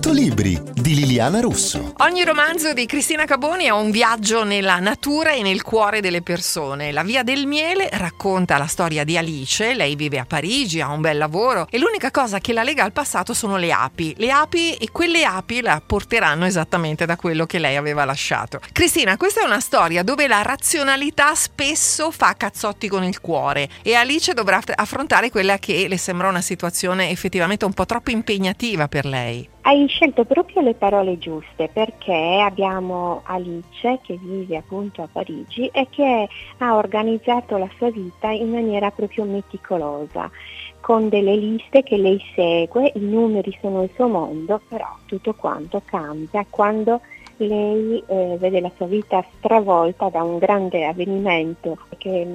100 libri di Liliana Russo. Ogni romanzo di Cristina Caboni è un viaggio nella natura e nel cuore delle persone. La Via del Miele racconta la storia di Alice. Lei vive a Parigi, ha un bel lavoro e l'unica cosa che la lega al passato sono le api. Le api, e quelle api la porteranno esattamente da quello che lei aveva lasciato. Cristina, questa è una storia dove la razionalità spesso fa cazzotti con il cuore e Alice dovrà affrontare quella che le sembra una situazione effettivamente un po' troppo impegnativa per lei. Hai scelto proprio le parole giuste, perché abbiamo Alice che vive appunto a Parigi e che ha organizzato la sua vita in maniera proprio meticolosa, con delle liste che lei segue, i numeri sono il suo mondo, però tutto quanto cambia quando lei vede la sua vita stravolta da un grande avvenimento che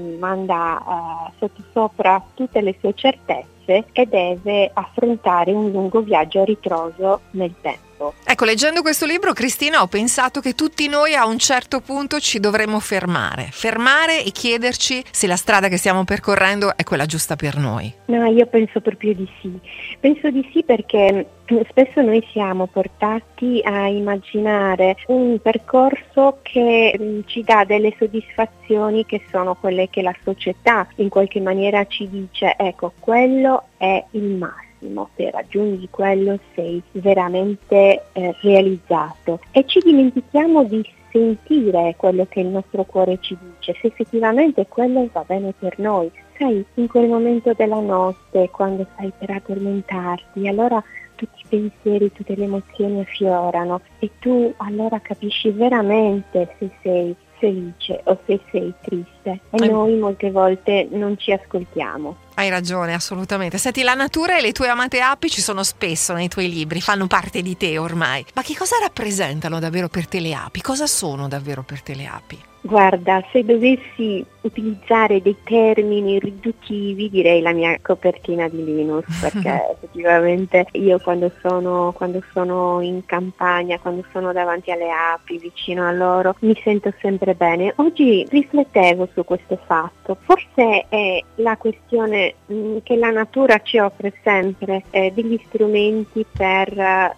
manda sottosopra tutte le sue certezze e deve affrontare un lungo viaggio a ritroso nel tempo. Ecco, leggendo questo libro, Cristina, ho pensato che tutti noi a un certo punto ci dovremmo fermare e chiederci se la strada che stiamo percorrendo è quella giusta per noi. No, io penso proprio di sì. Penso di sì perché spesso noi siamo portati a immaginare un percorso che ci dà delle soddisfazioni che sono quelle che la società in qualche maniera ci dice, ecco, quello è il massimo. Se raggiungi quello sei veramente realizzato, e ci dimentichiamo di sentire quello che il nostro cuore ci dice, se effettivamente quello va bene per noi. Sai, in quel momento della notte, quando stai per addormentarti, allora tutti i pensieri, tutte le emozioni affiorano e tu allora capisci veramente se sei felice o se sei triste, e noi molte volte non ci ascoltiamo. Hai ragione, assolutamente. Senti, la natura e le tue amate api ci sono spesso nei tuoi libri, fanno parte di te ormai. Ma che cosa rappresentano davvero per te le api? Cosa sono davvero per te le api? Guarda, se dovessi utilizzare dei termini riduttivi direi la mia copertina di Linus, perché effettivamente io quando sono in campagna, quando sono davanti alle api, vicino a loro, mi sento sempre bene. Oggi riflettevo su questo fatto, forse è la questione che la natura ci offre sempre degli strumenti per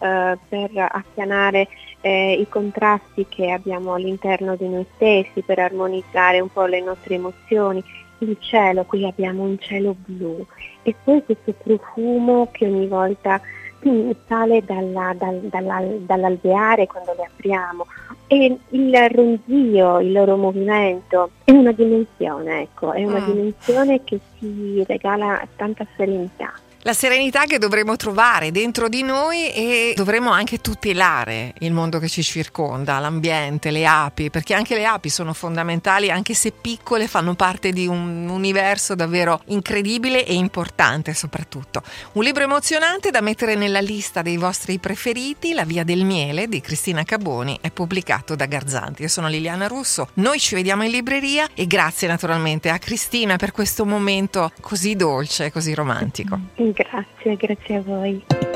appianare i contrasti che abbiamo all'interno di noi stessi, per armonizzare un po' le nostre emozioni. Il cielo, qui abbiamo un cielo blu e poi questo profumo che ogni volta sale dall'alveare quando le apriamo, e il ronzio, il loro movimento è una dimensione, ecco, è una dimensione che ci regala tanta serenità. La serenità che dovremo trovare dentro di noi, e dovremo anche tutelare il mondo che ci circonda, l'ambiente, le api, perché anche le api sono fondamentali, anche se piccole, fanno parte di un universo davvero incredibile e importante soprattutto. Un libro emozionante da mettere nella lista dei vostri preferiti, La Via del Miele di Cristina Caboni, è pubblicato da Garzanti. Io sono Liliana Russo, noi ci vediamo in libreria e grazie naturalmente a Cristina per questo momento così dolce e così romantico. Grazie a voi.